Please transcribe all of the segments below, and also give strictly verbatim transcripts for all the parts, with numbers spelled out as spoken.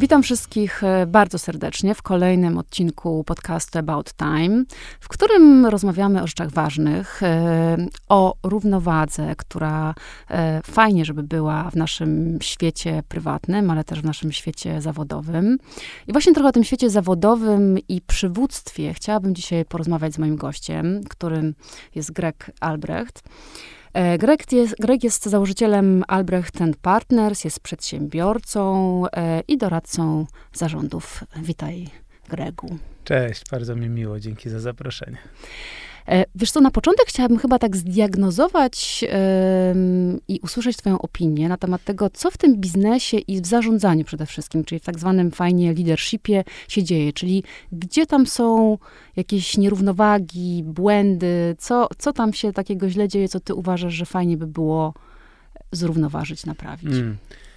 Witam wszystkich bardzo serdecznie w kolejnym odcinku podcastu About Time, w którym rozmawiamy o rzeczach ważnych, o równowadze, która fajnie, żeby była w naszym świecie prywatnym, ale też w naszym świecie zawodowym. I właśnie trochę o tym świecie zawodowym i przywództwie chciałabym dzisiaj porozmawiać z moim gościem, którym jest Greg Albrecht. Greg jest, Greg jest założycielem Albrecht and Partners, jest przedsiębiorcą e, i doradcą zarządów. Witaj, Gregu. Cześć, bardzo mi miło, dzięki za zaproszenie. E, wiesz co, na początek chciałabym chyba tak zdiagnozować e, i usłyszeć twoją opinię na temat tego, co w tym biznesie i w zarządzaniu przede wszystkim, czyli w tak zwanym fajnie leadershipie się dzieje, czyli gdzie tam są jakieś nierównowagi, błędy, co, co tam się takiego źle dzieje, co ty uważasz, że fajnie by było zrównoważyć, naprawić? Mm.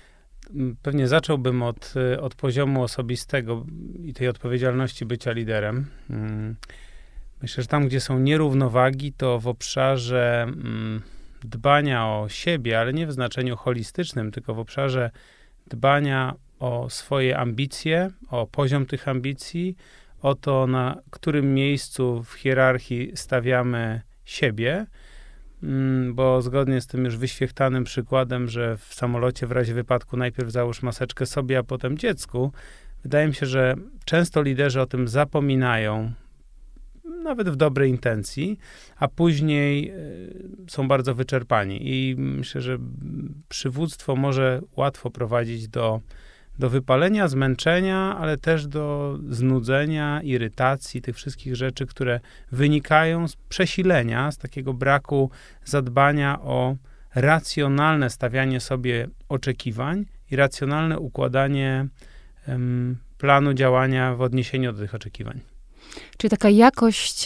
Pewnie zacząłbym od, od poziomu osobistego i tej odpowiedzialności bycia liderem. Mm. Myślę, że tam, gdzie są nierównowagi, to w obszarze mm, dbania o siebie, ale nie w znaczeniu holistycznym, tylko w obszarze dbania o swoje ambicje, o poziom tych ambicji, o to, na którym miejscu w hierarchii stawiamy siebie, mm, bo zgodnie z tym już wyświechtanym przykładem, że w samolocie w razie wypadku najpierw załóż maseczkę sobie, a potem dziecku, wydaje mi się, że często liderzy o tym zapominają, nawet w dobrej intencji, a później y, są bardzo wyczerpani. I myślę, że przywództwo może łatwo prowadzić do, do wypalenia, zmęczenia, ale też do znudzenia, irytacji, tych wszystkich rzeczy, które wynikają z przesilenia, z takiego braku zadbania o racjonalne stawianie sobie oczekiwań i racjonalne układanie ym, planu działania w odniesieniu do tych oczekiwań. Czyli taka jakość,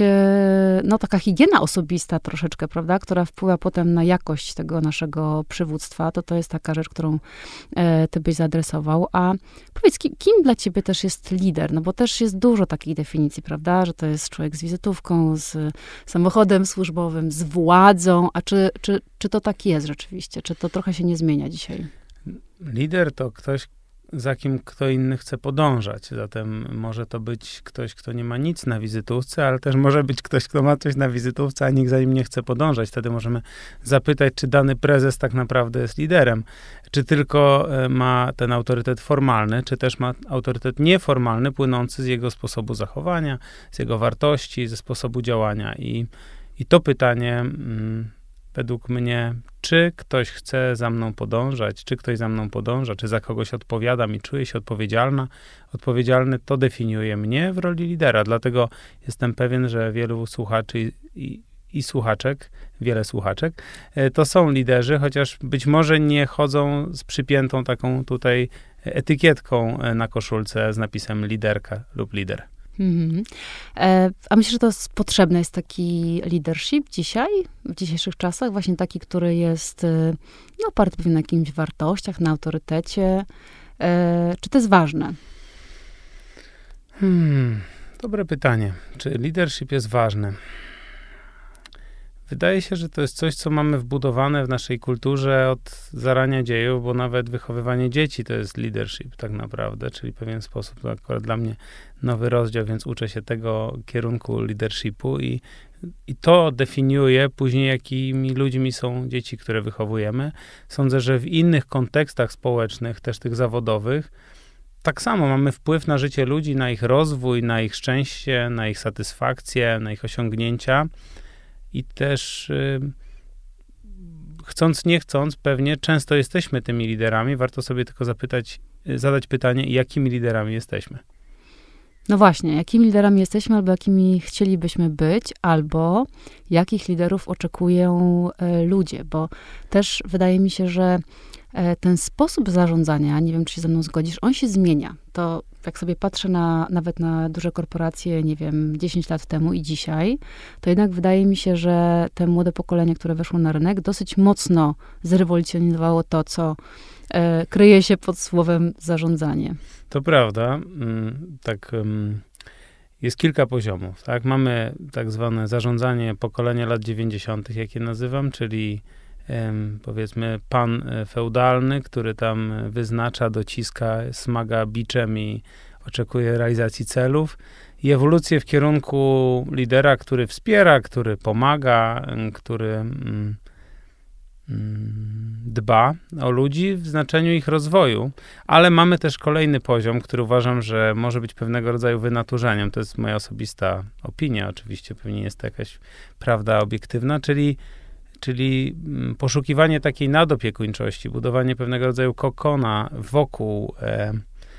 no taka higiena osobista troszeczkę, prawda, która wpływa potem na jakość tego naszego przywództwa, to to jest taka rzecz, którą e, ty byś zaadresował. A powiedz, kim, kim dla ciebie też jest lider? No bo też jest dużo takich definicji, prawda, że to jest człowiek z wizytówką, z samochodem służbowym, z władzą, a czy, czy, czy to tak jest rzeczywiście? Czy to trochę się nie zmienia dzisiaj? Lider to ktoś, za kim kto inny chce podążać. Zatem może to być ktoś, kto nie ma nic na wizytówce, ale też może być ktoś, kto ma coś na wizytówce, a nikt za nim nie chce podążać. Wtedy możemy zapytać, czy dany prezes tak naprawdę jest liderem. Czy tylko ma ten autorytet formalny, czy też ma autorytet nieformalny, płynący z jego sposobu zachowania, z jego wartości, ze sposobu działania. I, i to pytanie mm, według mnie, czy ktoś chce za mną podążać, czy ktoś za mną podąża, czy za kogoś odpowiadam i czuję się odpowiedzialna, odpowiedzialny, to definiuje mnie w roli lidera. Dlatego jestem pewien, że wielu słuchaczy i, i, i słuchaczek, wiele słuchaczek, to są liderzy, chociaż być może nie chodzą z przypiętą taką tutaj etykietką na koszulce z napisem liderka lub lider. Mhm. E, a myślę, że to jest potrzebny jest taki leadership dzisiaj, w dzisiejszych czasach, właśnie taki, który jest no, oparty pewnie na jakimś wartościach, na autorytecie. E, czy to jest ważne? Hmm, dobre pytanie. Czy leadership jest ważny? Wydaje się, że to jest coś, co mamy wbudowane w naszej kulturze od zarania dziejów, bo nawet wychowywanie dzieci to jest leadership tak naprawdę, czyli w pewien sposób to akurat dla mnie nowy rozdział, więc uczę się tego kierunku leadershipu i, i to definiuje później, jakimi ludźmi są dzieci, które wychowujemy. Sądzę, że w innych kontekstach społecznych, też tych zawodowych, tak samo mamy wpływ na życie ludzi, na ich rozwój, na ich szczęście, na ich satysfakcję, na ich osiągnięcia. I też y, chcąc, nie chcąc, pewnie często jesteśmy tymi liderami. Warto sobie tylko zapytać, zadać pytanie, jakimi liderami jesteśmy. No właśnie, jakimi liderami jesteśmy, albo jakimi chcielibyśmy być, albo jakich liderów oczekują e, ludzie, bo też wydaje mi się, że e, ten sposób zarządzania, nie wiem, czy się ze mną zgodzisz, on się zmienia. To jak sobie patrzę na, nawet na duże korporacje, nie wiem, dziesięć lat temu i dzisiaj, to jednak wydaje mi się, że te młode pokolenie, które weszło na rynek, dosyć mocno zrewolucjonizowało to, co e, kryje się pod słowem zarządzanie. To prawda. Tak, jest kilka poziomów, tak? Mamy tak zwane zarządzanie pokolenia lat dziewięćdziesiątych, jak je nazywam, czyli powiedzmy pan feudalny, który tam wyznacza, dociska, smaga biczem i oczekuje realizacji celów, i ewolucję w kierunku lidera, który wspiera, który pomaga, który mm, dba o ludzi w znaczeniu ich rozwoju, ale mamy też kolejny poziom, który uważam, że może być pewnego rodzaju wynaturzeniem. To jest moja osobista opinia, oczywiście, pewnie jest to jakaś prawda obiektywna, czyli, czyli poszukiwanie takiej nadopiekuńczości, budowanie pewnego rodzaju kokona wokół e,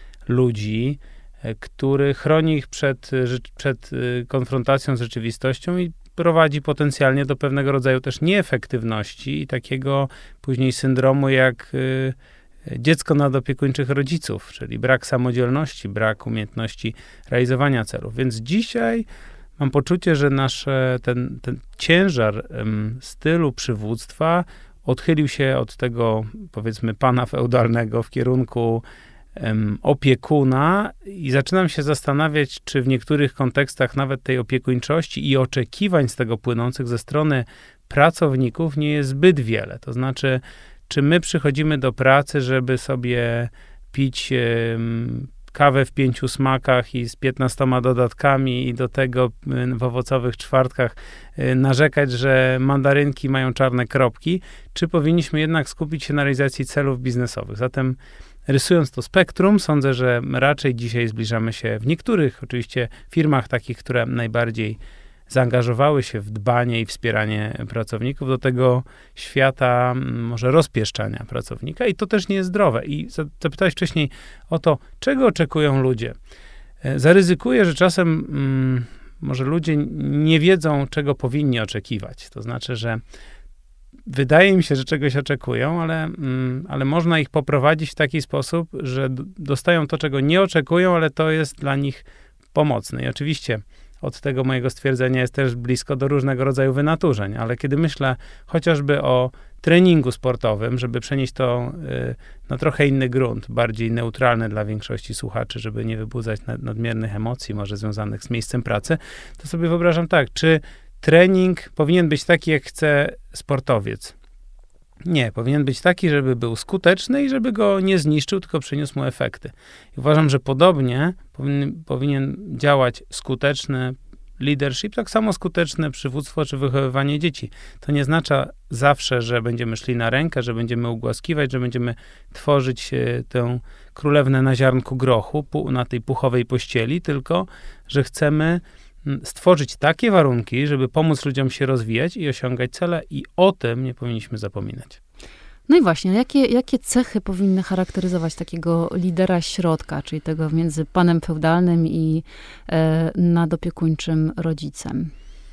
ludzi, e, który chroni ich przed, przed konfrontacją z rzeczywistością i prowadzi potencjalnie do pewnego rodzaju też nieefektywności i takiego później syndromu jak y, dziecko nadopiekuńczych rodziców, czyli brak samodzielności, brak umiejętności realizowania celów. Więc dzisiaj mam poczucie, że nasz ten, ten ciężar ym, stylu przywództwa odchylił się od tego, powiedzmy, pana feudalnego w kierunku um, opiekuna i zaczynam się zastanawiać, czy w niektórych kontekstach nawet tej opiekuńczości i oczekiwań z tego płynących ze strony pracowników nie jest zbyt wiele. To znaczy, czy my przychodzimy do pracy, żeby sobie pić um, kawę w pięciu smakach i z piętnastoma dodatkami i do tego w owocowych czwartkach narzekać, że mandarynki mają czarne kropki, czy powinniśmy jednak skupić się na realizacji celów biznesowych. Zatem rysując to spektrum, sądzę, że raczej dzisiaj zbliżamy się w niektórych oczywiście firmach takich, które najbardziej zaangażowały się w dbanie i wspieranie pracowników do tego świata może rozpieszczania pracownika i to też nie jest zdrowe. I zapytałeś wcześniej o to, czego oczekują ludzie. Zaryzykuję, że czasem mm, może ludzie nie wiedzą, czego powinni oczekiwać. To znaczy, że wydaje mi się, że czegoś oczekują, ale, mm, ale można ich poprowadzić w taki sposób, że d- dostają to, czego nie oczekują, ale to jest dla nich pomocne. I oczywiście od tego mojego stwierdzenia jest też blisko do różnego rodzaju wynaturzeń, ale kiedy myślę chociażby o treningu sportowym, żeby przenieść to y, na trochę inny grunt, bardziej neutralny dla większości słuchaczy, żeby nie wybudzać nad, nadmiernych emocji, może związanych z miejscem pracy, to sobie wyobrażam tak, czy trening powinien być taki, jak chce sportowiec? Nie, powinien być taki, żeby był skuteczny i żeby go nie zniszczył, tylko przyniósł mu efekty. I uważam, że podobnie powinien, powinien działać skuteczny leadership, tak samo skuteczne przywództwo czy wychowywanie dzieci. To nie oznacza zawsze, że będziemy szli na rękę, że będziemy ugłaskiwać, że będziemy tworzyć tę królewnę na ziarnku grochu, na tej puchowej pościeli, tylko że chcemy stworzyć takie warunki, żeby pomóc ludziom się rozwijać i osiągać cele i o tym nie powinniśmy zapominać. No i właśnie, jakie, jakie cechy powinny charakteryzować takiego lidera środka, czyli tego między panem feudalnym i e, nadopiekuńczym rodzicem?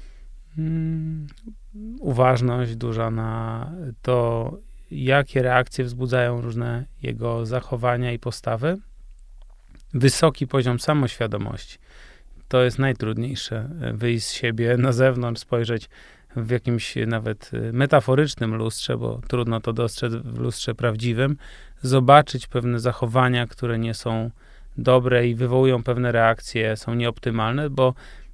Hmm, uważność duża na to, jakie reakcje wzbudzają różne jego zachowania i postawy. Wysoki poziom samoświadomości. To jest najtrudniejsze, wyjść z siebie na zewnątrz, spojrzeć w jakimś nawet metaforycznym lustrze, bo trudno to dostrzec w lustrze prawdziwym, zobaczyć pewne zachowania, które nie są dobre i wywołują pewne reakcje, są nieoptymalne, bo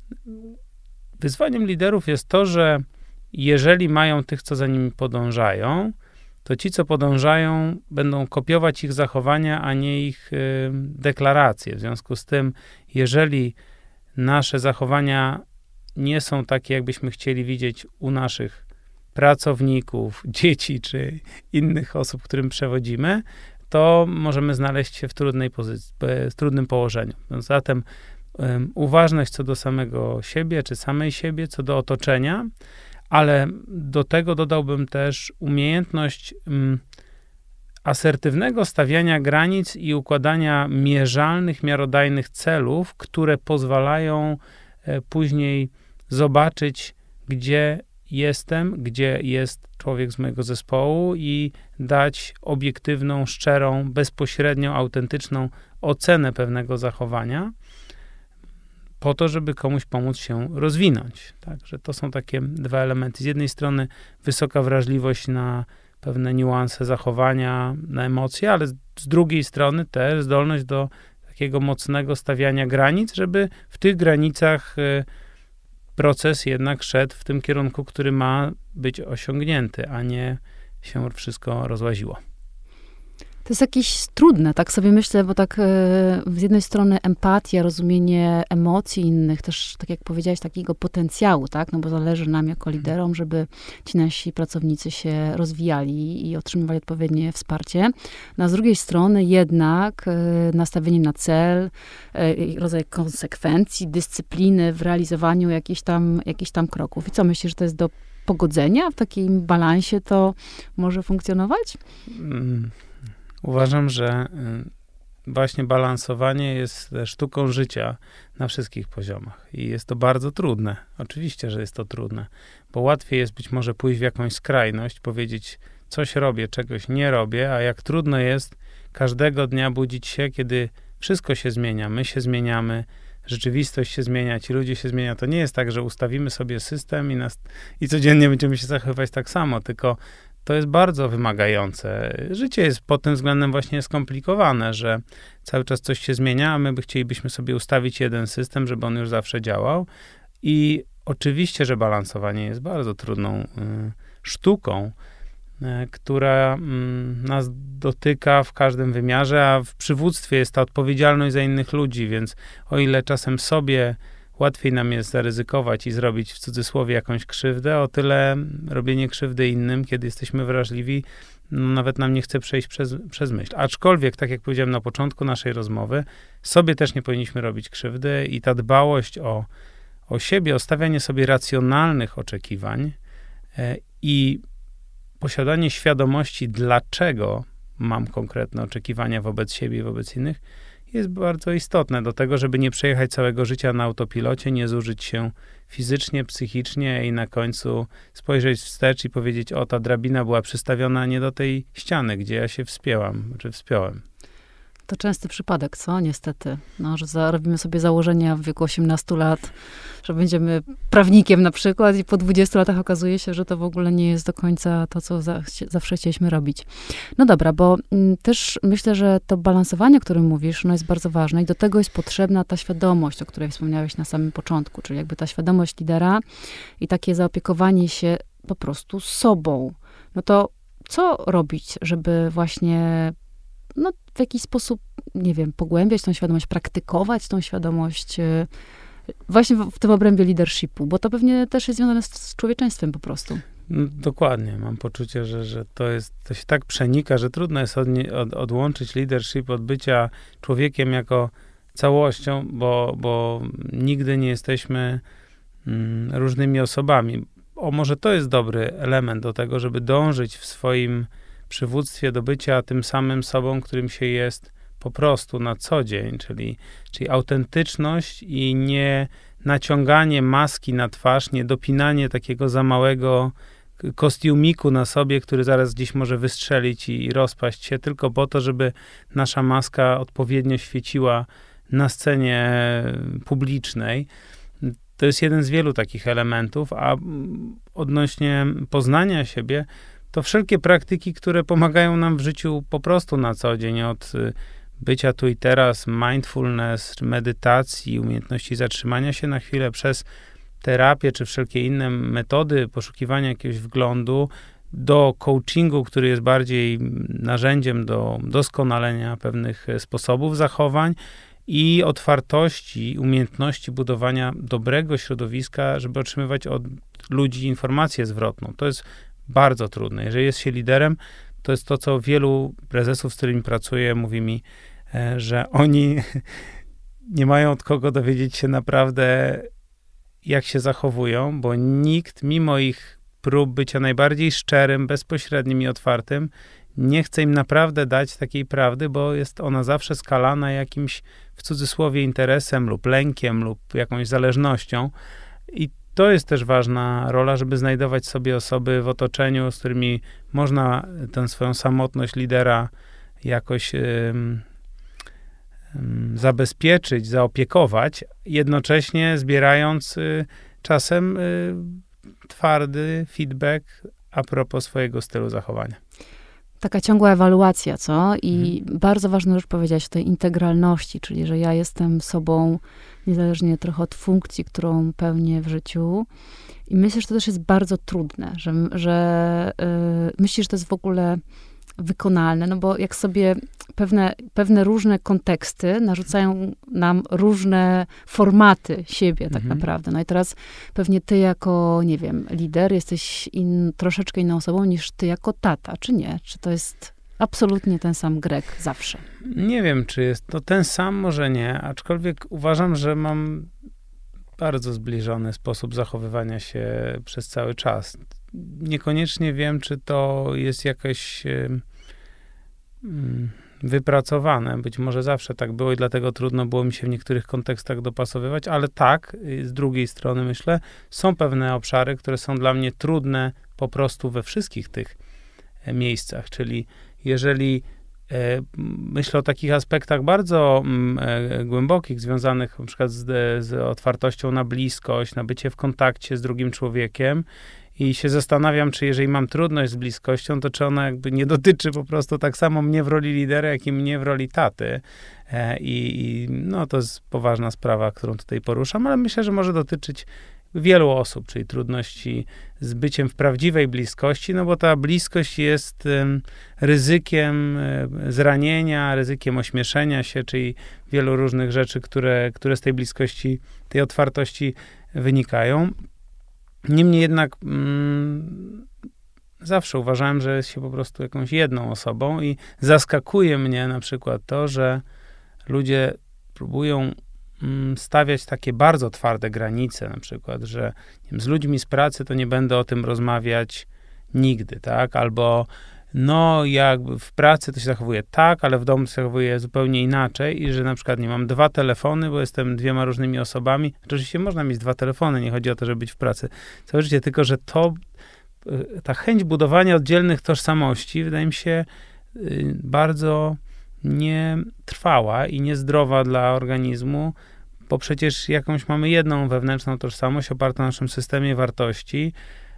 wyzwaniem liderów jest to, że jeżeli mają tych, co za nimi podążają, to ci, co podążają, będą kopiować ich zachowania, a nie ich y, deklaracje. W związku z tym, jeżeli nasze zachowania nie są takie, jakbyśmy chcieli widzieć u naszych pracowników, dzieci czy innych osób, którym przewodzimy, to możemy znaleźć się w trudnej pozycji, w trudnym położeniu. Zatem um, uważność co do samego siebie, czy samej siebie, co do otoczenia, ale do tego dodałbym też umiejętność um, asertywnego stawiania granic i układania mierzalnych, miarodajnych celów, które pozwalają e, później zobaczyć, gdzie jestem, gdzie jest człowiek z mojego zespołu i dać obiektywną, szczerą, bezpośrednią, autentyczną ocenę pewnego zachowania po to, żeby komuś pomóc się rozwinąć. Także to są takie dwa elementy. Z jednej strony wysoka wrażliwość na pewne niuanse zachowania, na emocje, ale z drugiej strony też zdolność do takiego mocnego stawiania granic, żeby w tych granicach y, proces jednak szedł w tym kierunku, który ma być osiągnięty, a nie się wszystko rozłaziło. To jest jakieś trudne, tak sobie myślę, bo tak e, z jednej strony empatia, rozumienie emocji innych, też tak jak powiedziałeś, takiego potencjału, tak, no bo zależy nam jako liderom, żeby ci nasi pracownicy się rozwijali i otrzymywali odpowiednie wsparcie. No, a z drugiej strony jednak e, nastawienie na cel, e, rodzaj konsekwencji, dyscypliny w realizowaniu jakichś tam, jakichś tam kroków. I co, myślisz, że to jest do pogodzenia? W takim balansie to może funkcjonować? Mm. Uważam, że właśnie balansowanie jest sztuką życia na wszystkich poziomach i jest to bardzo trudne. Oczywiście, że jest to trudne, bo łatwiej jest być może pójść w jakąś skrajność, powiedzieć coś robię, czegoś nie robię, a jak trudno jest każdego dnia budzić się, kiedy wszystko się zmienia, my się zmieniamy, rzeczywistość się zmienia, ci ludzie się zmieniają. To nie jest tak, że ustawimy sobie system i, nas, i codziennie będziemy się zachowywać tak samo, tylko to jest bardzo wymagające. Życie jest pod tym względem właśnie skomplikowane, że cały czas coś się zmienia, a my by chcielibyśmy sobie ustawić jeden system, żeby on już zawsze działał. I oczywiście, że balansowanie jest bardzo trudną y, sztuką, y, która y, nas dotyka w każdym wymiarze, a w przywództwie jest ta odpowiedzialność za innych ludzi, więc o ile czasem sobie łatwiej nam jest zaryzykować i zrobić w cudzysłowie jakąś krzywdę, o tyle robienie krzywdy innym, kiedy jesteśmy wrażliwi, no nawet nam nie chce przejść przez, przez myśl. Aczkolwiek, tak jak powiedziałem na początku naszej rozmowy, sobie też nie powinniśmy robić krzywdy i ta dbałość o, o siebie, o stawianie sobie racjonalnych oczekiwań e, i posiadanie świadomości, dlaczego mam konkretne oczekiwania wobec siebie i wobec innych, jest bardzo istotne do tego, żeby nie przejechać całego życia na autopilocie, nie zużyć się fizycznie, psychicznie i na końcu spojrzeć wstecz i powiedzieć, o, ta drabina była przystawiona nie do tej ściany, gdzie ja się wspięłam, czy wspiąłem. To częsty przypadek, co? Niestety. No, że za, robimy sobie założenia w wieku osiemnastu lat, że będziemy prawnikiem na przykład i po dwudziestu latach okazuje się, że to w ogóle nie jest do końca to, co za, zawsze chcieliśmy robić. No dobra, bo m, też myślę, że to balansowanie, o którym mówisz, no jest bardzo ważne i do tego jest potrzebna ta świadomość, o której wspomniałeś na samym początku, czyli jakby ta świadomość lidera i takie zaopiekowanie się po prostu sobą. No to co robić, żeby właśnie no, w jakiś sposób, nie wiem, pogłębiać tą świadomość, praktykować tą świadomość właśnie w, w tym obrębie leadershipu, bo to pewnie też jest związane z, z człowieczeństwem po prostu. No, dokładnie. Mam poczucie, że, że to jest, to się tak przenika, że trudno jest od, od, odłączyć leadership od bycia człowiekiem jako całością, bo, bo nigdy nie jesteśmy mm, różnymi osobami. O, może to jest dobry element do tego, żeby dążyć w swoim przywództwie do bycia tym samym sobą, którym się jest po prostu na co dzień, czyli, czyli autentyczność i nie naciąganie maski na twarz, nie dopinanie takiego za małego kostiumiku na sobie, który zaraz gdzieś może wystrzelić i rozpaść się, tylko po to, żeby nasza maska odpowiednio świeciła na scenie publicznej. To jest jeden z wielu takich elementów, a odnośnie poznania siebie, to wszelkie praktyki, które pomagają nam w życiu po prostu na co dzień, od bycia tu i teraz, mindfulness, medytacji, umiejętności zatrzymania się na chwilę, przez terapię, czy wszelkie inne metody poszukiwania jakiegoś wglądu, do coachingu, który jest bardziej narzędziem do doskonalenia pewnych sposobów zachowań i otwartości, umiejętności budowania dobrego środowiska, żeby otrzymywać od ludzi informację zwrotną. To jest bardzo trudne. Jeżeli jest się liderem, to jest to, co wielu prezesów, z którymi pracuję, mówi mi, że oni nie mają od kogo dowiedzieć się naprawdę, jak się zachowują, bo nikt, mimo ich prób bycia najbardziej szczerym, bezpośrednim i otwartym, nie chce im naprawdę dać takiej prawdy, bo jest ona zawsze skalana jakimś, w cudzysłowie, interesem lub lękiem lub jakąś zależnością. I to jest też ważna rola, żeby znajdować sobie osoby w otoczeniu, z którymi można tę swoją samotność lidera jakoś ym, ym, zabezpieczyć, zaopiekować, jednocześnie zbierając y, czasem y, twardy feedback a propos swojego stylu zachowania. taka ciągła ewaluacja, co? I Mhm. bardzo ważną rzecz powiedziałaś o tej integralności, czyli że ja jestem sobą niezależnie trochę od funkcji, którą pełnię w życiu. I myślę, że to też jest bardzo trudne, że, że yy, myślisz, że to jest w ogóle wykonalne, no bo jak sobie pewne, pewne różne konteksty narzucają nam różne formaty siebie tak Mhm. naprawdę. No i teraz pewnie ty jako, nie wiem, lider jesteś in, troszeczkę inną osobą niż ty jako tata, czy nie? Czy to jest absolutnie ten sam Greg zawsze? Nie wiem, czy jest to ten sam, może nie, aczkolwiek uważam, że mam bardzo zbliżony sposób zachowywania się przez cały czas. Niekoniecznie wiem, czy to jest jakieś wypracowane. Być może zawsze tak było i dlatego trudno było mi się w niektórych kontekstach dopasowywać, ale tak, z drugiej strony myślę, są pewne obszary, które są dla mnie trudne po prostu we wszystkich tych miejscach, czyli jeżeli e, myślę o takich aspektach bardzo e, głębokich, związanych na przykład z, z otwartością na bliskość, na bycie w kontakcie z drugim człowiekiem, i się zastanawiam, czy jeżeli mam trudność z bliskością, to czy ona jakby nie dotyczy po prostu tak samo mnie w roli lidera, jak i mnie w roli taty. E, i, I no to jest poważna sprawa, którą tutaj poruszam, ale myślę, że może dotyczyć wielu osób, czyli trudności z byciem w prawdziwej bliskości, no bo ta bliskość jest um, ryzykiem um, zranienia, ryzykiem ośmieszenia się, czyli wielu różnych rzeczy, które, które z tej bliskości, tej otwartości wynikają. Niemniej jednak mm, zawsze uważałem, że jest się po prostu jakąś jedną osobą i zaskakuje mnie na przykład to, że ludzie próbują mm, stawiać takie bardzo twarde granice, na przykład, że nie wiem, z ludźmi z pracy to nie będę o tym rozmawiać nigdy, tak? Albo no, jakby w pracy to się zachowuje tak, ale w domu się zachowuje zupełnie inaczej i że na przykład nie mam dwa telefony, bo jestem dwiema różnymi osobami. Oczywiście można mieć dwa telefony, nie chodzi o to, żeby być w pracy całe życie, tylko że to, ta chęć budowania oddzielnych tożsamości wydaje mi się bardzo nietrwała i niezdrowa dla organizmu, bo przecież jakąś mamy jedną wewnętrzną tożsamość opartą na naszym systemie wartości,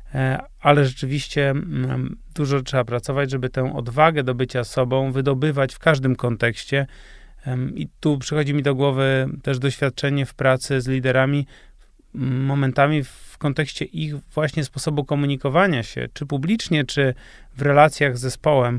ale rzeczywiście dużo trzeba pracować, żeby tę odwagę do bycia sobą wydobywać w każdym kontekście. I tu przychodzi mi do głowy też doświadczenie w pracy z liderami, momentami w kontekście ich właśnie sposobu komunikowania się, czy publicznie, czy w relacjach z zespołem,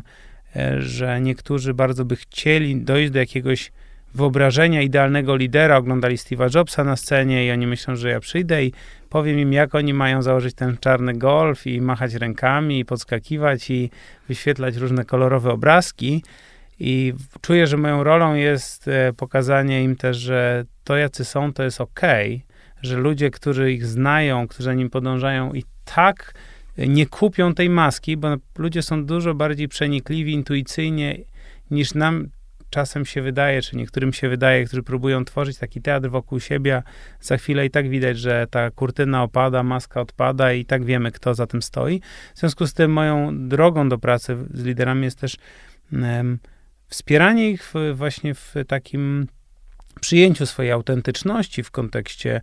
że niektórzy bardzo by chcieli dojść do jakiegoś wyobrażenia idealnego lidera, oglądali Steve'a Jobsa na scenie i oni myślą, że ja przyjdę i powiem im, jak oni mają założyć ten czarny golf i machać rękami i podskakiwać i wyświetlać różne kolorowe obrazki. I czuję, że moją rolą jest pokazanie im też, że to, jacy są, to jest okej, że ludzie, którzy ich znają, którzy za nim podążają i tak nie kupią tej maski, bo ludzie są dużo bardziej przenikliwi intuicyjnie niż nam czasem się wydaje, czy niektórym się wydaje, którzy próbują tworzyć taki teatr wokół siebie, za chwilę i tak widać, że ta kurtyna opada, maska odpada i tak wiemy, kto za tym stoi. W związku z tym moją drogą do pracy z liderami jest też um, wspieranie ich w, właśnie w takim przyjęciu swojej autentyczności w kontekście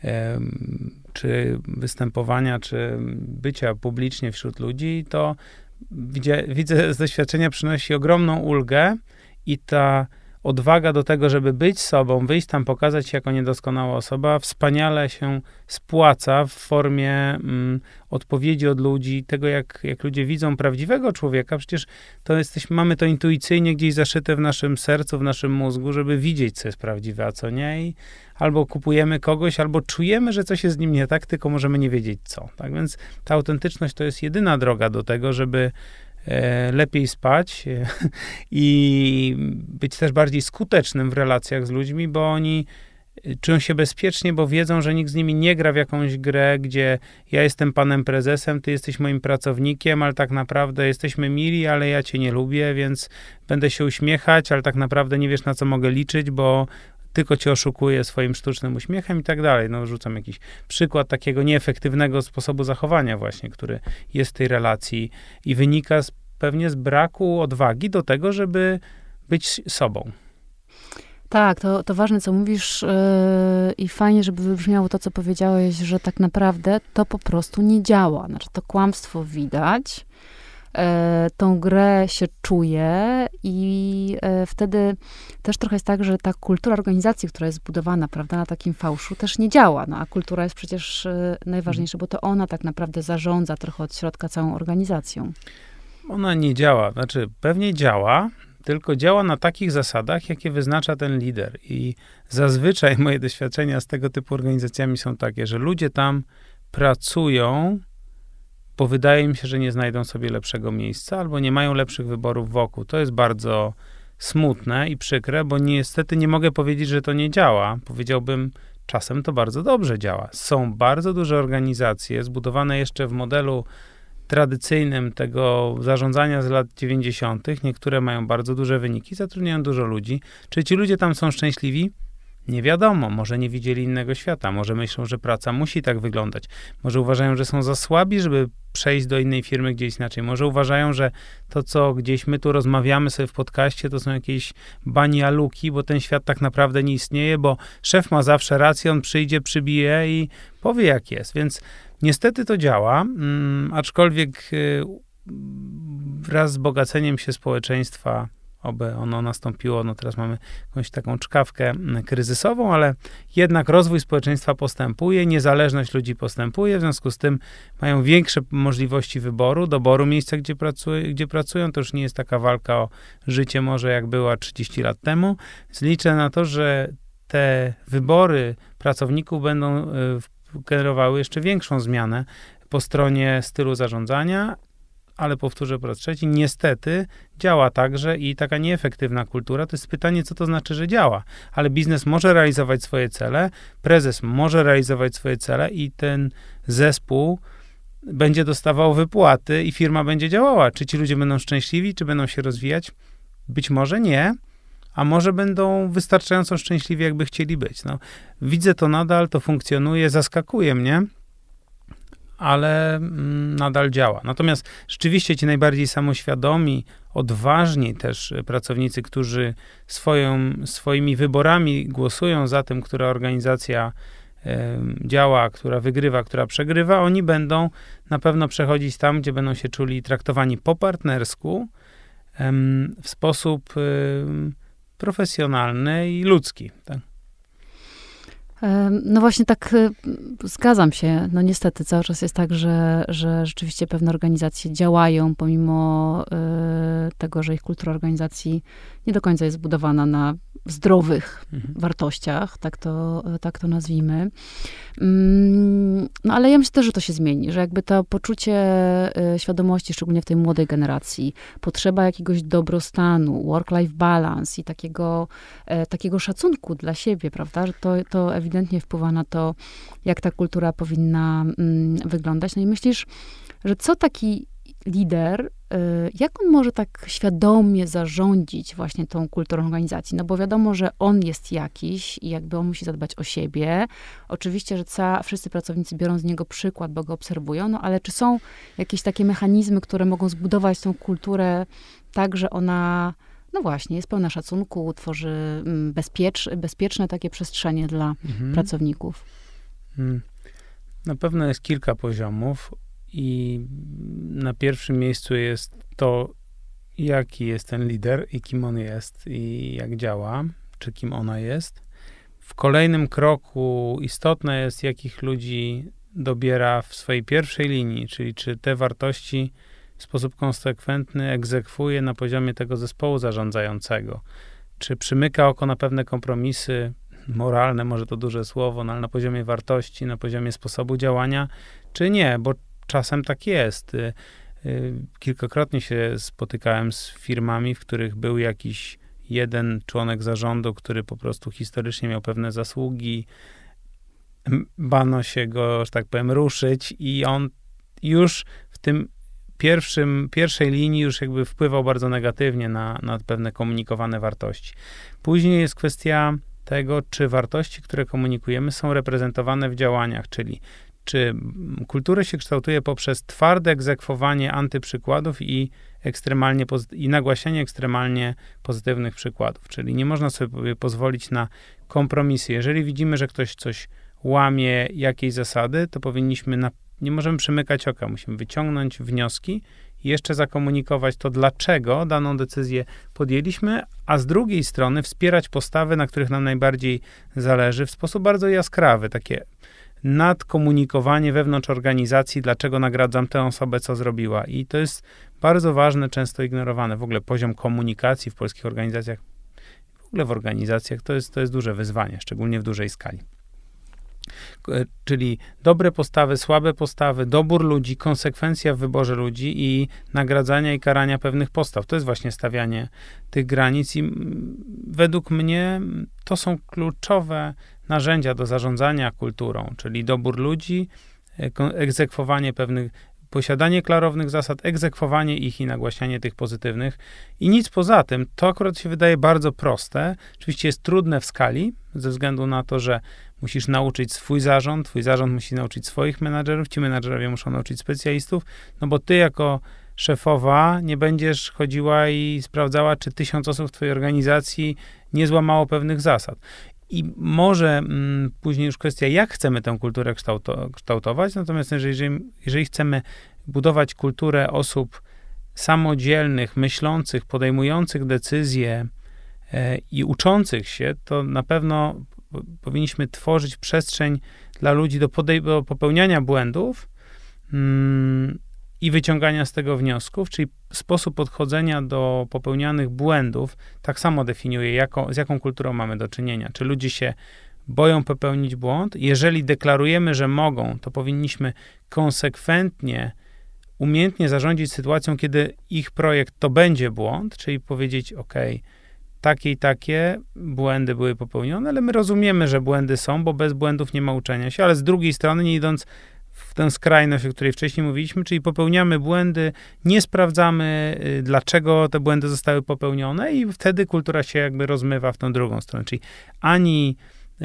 um, czy występowania, czy bycia publicznie wśród ludzi. To widzę, widzę z doświadczenia przynosi ogromną ulgę. I ta odwaga do tego, żeby być sobą, wyjść tam, pokazać się jako niedoskonała osoba, wspaniale się spłaca w formie mm, odpowiedzi od ludzi, tego jak, jak ludzie widzą prawdziwego człowieka. Przecież to jesteśmy, mamy to intuicyjnie gdzieś zaszyte w naszym sercu, w naszym mózgu, żeby widzieć, co jest prawdziwe, a co nie. I albo kupujemy kogoś, albo czujemy, że coś jest z nim nie tak, tylko możemy nie wiedzieć co. Tak więc ta autentyczność to jest jedyna droga do tego, żeby lepiej spać i być też bardziej skutecznym w relacjach z ludźmi, bo oni czują się bezpiecznie, bo wiedzą, że nikt z nimi nie gra w jakąś grę, gdzie ja jestem panem prezesem, ty jesteś moim pracownikiem, ale tak naprawdę jesteśmy mili, ale ja cię nie lubię, więc będę się uśmiechać, ale tak naprawdę nie wiesz, na co mogę liczyć, bo tylko cię oszukuję swoim sztucznym uśmiechem i tak dalej. No, rzucam jakiś przykład takiego nieefektywnego sposobu zachowania właśnie, który jest w tej relacji i wynika z, pewnie z braku odwagi do tego, żeby być sobą. Tak, to, to ważne, co mówisz yy, i fajnie, żeby wybrzmiało to, co powiedziałeś, że tak naprawdę to po prostu nie działa. Znaczy, to kłamstwo widać, e, tą grę się czuje i e, wtedy też trochę jest tak, że ta kultura organizacji, która jest zbudowana, prawda, na takim fałszu, też nie działa. No, a kultura jest przecież e, najważniejsza, bo to ona tak naprawdę zarządza trochę od środka całą organizacją. Ona nie działa. Znaczy, pewnie działa, tylko działa na takich zasadach, jakie wyznacza ten lider. I zazwyczaj moje doświadczenia z tego typu organizacjami są takie, że ludzie tam pracują, bo wydaje mi się, że nie znajdą sobie lepszego miejsca albo nie mają lepszych wyborów wokół. To jest bardzo smutne i przykre, bo niestety nie mogę powiedzieć, że to nie działa. Powiedziałbym, czasem to bardzo dobrze działa. Są bardzo duże organizacje zbudowane jeszcze w modelu tradycyjnym tego zarządzania z lat dziewięćdziesiątych. Niektóre mają bardzo duże wyniki, zatrudniają dużo ludzi. Czy ci ludzie tam są szczęśliwi? Nie wiadomo. Może nie widzieli innego świata. Może myślą, że praca musi tak wyglądać. Może uważają, że są za słabi, żeby przejść do innej firmy gdzieś inaczej. Może uważają, że to, co gdzieś my tu rozmawiamy sobie w podcaście, to są jakieś banialuki, bo ten świat tak naprawdę nie istnieje, bo szef ma zawsze rację, on przyjdzie, przybije i powie, jak jest. Więc niestety to działa, mm, aczkolwiek y, wraz z bogaceniem się społeczeństwa, oby ono nastąpiło, no teraz mamy jakąś taką czkawkę kryzysową, ale jednak rozwój społeczeństwa postępuje, niezależność ludzi postępuje, w związku z tym mają większe możliwości wyboru, doboru miejsca, gdzie, pracuj, gdzie pracują. To już nie jest taka walka o życie może jak była trzydzieści lat temu. Więc liczę na to, że te wybory pracowników będą y, generowały jeszcze większą zmianę po stronie stylu zarządzania, ale powtórzę po raz trzeci, niestety działa także i taka nieefektywna kultura. To jest pytanie, co to znaczy, że działa. Ale biznes może realizować swoje cele, prezes może realizować swoje cele i ten zespół będzie dostawał wypłaty i firma będzie działała. Czy ci ludzie będą szczęśliwi, czy będą się rozwijać? Być może nie, a może będą wystarczająco szczęśliwi, jakby chcieli być. No, widzę to nadal, to funkcjonuje, zaskakuje mnie, ale mm, nadal działa. Natomiast rzeczywiście ci najbardziej samoświadomi, odważni też pracownicy, którzy swoją, swoimi wyborami głosują za tym, która organizacja y, działa, która wygrywa, która przegrywa, oni będą na pewno przechodzić tam, gdzie będą się czuli traktowani po partnersku, y, w sposób y, profesjonalny i ludzki. Tak? No właśnie tak zgadzam się. No niestety cały czas jest tak, że, że rzeczywiście pewne organizacje działają pomimo y, tego, że ich kultura organizacji nie do końca jest zbudowana na zdrowych mhm. wartościach, tak to, tak to nazwijmy. Mm, no ale ja myślę też, że to się zmieni, że jakby to poczucie y, świadomości, szczególnie w tej młodej generacji, potrzeba jakiegoś dobrostanu, work-life balance i takiego, y, takiego szacunku dla siebie, prawda, że to, to ewidentnie wpływa na to, jak ta kultura powinna mm, wyglądać. No i myślisz, że co taki lider, jak on może tak świadomie zarządzić właśnie tą kulturą organizacji? No bo wiadomo, że on jest jakiś i jakby on musi zadbać o siebie. Oczywiście, że ca, wszyscy pracownicy biorą z niego przykład, bo go obserwują, no ale czy są jakieś takie mechanizmy, które mogą zbudować tą kulturę tak, że ona, no właśnie, jest pełna szacunku, tworzy bezpiecz, bezpieczne takie przestrzenie dla mhm. pracowników? Hmm. Na pewno jest kilka poziomów. I na pierwszym miejscu jest to, jaki jest ten lider i kim on jest i jak działa, czy kim ona jest. W kolejnym kroku istotne jest, jakich ludzi dobiera w swojej pierwszej linii, czyli czy te wartości w sposób konsekwentny egzekwuje na poziomie tego zespołu zarządzającego. Czy przymyka oko na pewne kompromisy moralne, może to duże słowo, no ale na poziomie wartości, na poziomie sposobu działania, czy nie, bo czasem tak jest. Kilkakrotnie się spotykałem z firmami, w których był jakiś jeden członek zarządu, który po prostu historycznie miał pewne zasługi, bano się go, że tak powiem, ruszyć i on już w tym pierwszym, pierwszej linii już jakby wpływał bardzo negatywnie na, na pewne komunikowane wartości. Później jest kwestia tego, czy wartości, które komunikujemy, są reprezentowane w działaniach, czyli czy kulturę się kształtuje poprzez twarde egzekwowanie antyprzykładów i, ekstremalnie i nagłaśnianie ekstremalnie pozytywnych przykładów. Czyli nie można sobie pozwolić na kompromisy. Jeżeli widzimy, że ktoś coś łamie jakieś zasady, to powinniśmy, na, nie możemy przymykać oka, musimy wyciągnąć wnioski i jeszcze zakomunikować to, dlaczego daną decyzję podjęliśmy, a z drugiej strony wspierać postawy, na których nam najbardziej zależy w sposób bardzo jaskrawy, takie nadkomunikowanie wewnątrz organizacji, dlaczego nagradzam tę osobę, co zrobiła. I to jest bardzo ważne, często ignorowane. W ogóle poziom komunikacji w polskich organizacjach, w ogóle w organizacjach, to jest, to jest duże wyzwanie, szczególnie w dużej skali. Czyli dobre postawy, słabe postawy, dobór ludzi, konsekwencja w wyborze ludzi i nagradzania i karania pewnych postaw. To jest właśnie stawianie tych granic i według mnie to są kluczowe narzędzia do zarządzania kulturą, czyli dobór ludzi, egzekwowanie pewnych, posiadanie klarownych zasad, egzekwowanie ich i nagłaśnianie tych pozytywnych i nic poza tym. To akurat się wydaje bardzo proste. Oczywiście jest trudne w skali, ze względu na to, że musisz nauczyć swój zarząd, twój zarząd musi nauczyć swoich menadżerów, ci menadżerowie muszą nauczyć specjalistów, no bo ty jako szefowa nie będziesz chodziła i sprawdzała, czy tysiąc osób w twojej organizacji nie złamało pewnych zasad. I może mm, później już kwestia, jak chcemy tę kulturę kształto, kształtować, natomiast jeżeli, jeżeli chcemy budować kulturę osób samodzielnych, myślących, podejmujących decyzje e, i uczących się, to na pewno p- powinniśmy tworzyć przestrzeń dla ludzi do, podej- do popełniania błędów mm, i wyciągania z tego wniosków, czyli sposób podchodzenia do popełnianych błędów tak samo definiuje, jako, z jaką kulturą mamy do czynienia. Czy ludzie się boją popełnić błąd? Jeżeli deklarujemy, że mogą, to powinniśmy konsekwentnie, umiejętnie zarządzić sytuacją, kiedy ich projekt to będzie błąd, czyli powiedzieć, ok, takie i takie błędy były popełnione, ale my rozumiemy, że błędy są, bo bez błędów nie ma uczenia się, ale z drugiej strony, nie idąc w tę skrajność, o której wcześniej mówiliśmy, czyli popełniamy błędy, nie sprawdzamy, y, dlaczego te błędy zostały popełnione i wtedy kultura się jakby rozmywa w tą drugą stronę. Czyli ani, y,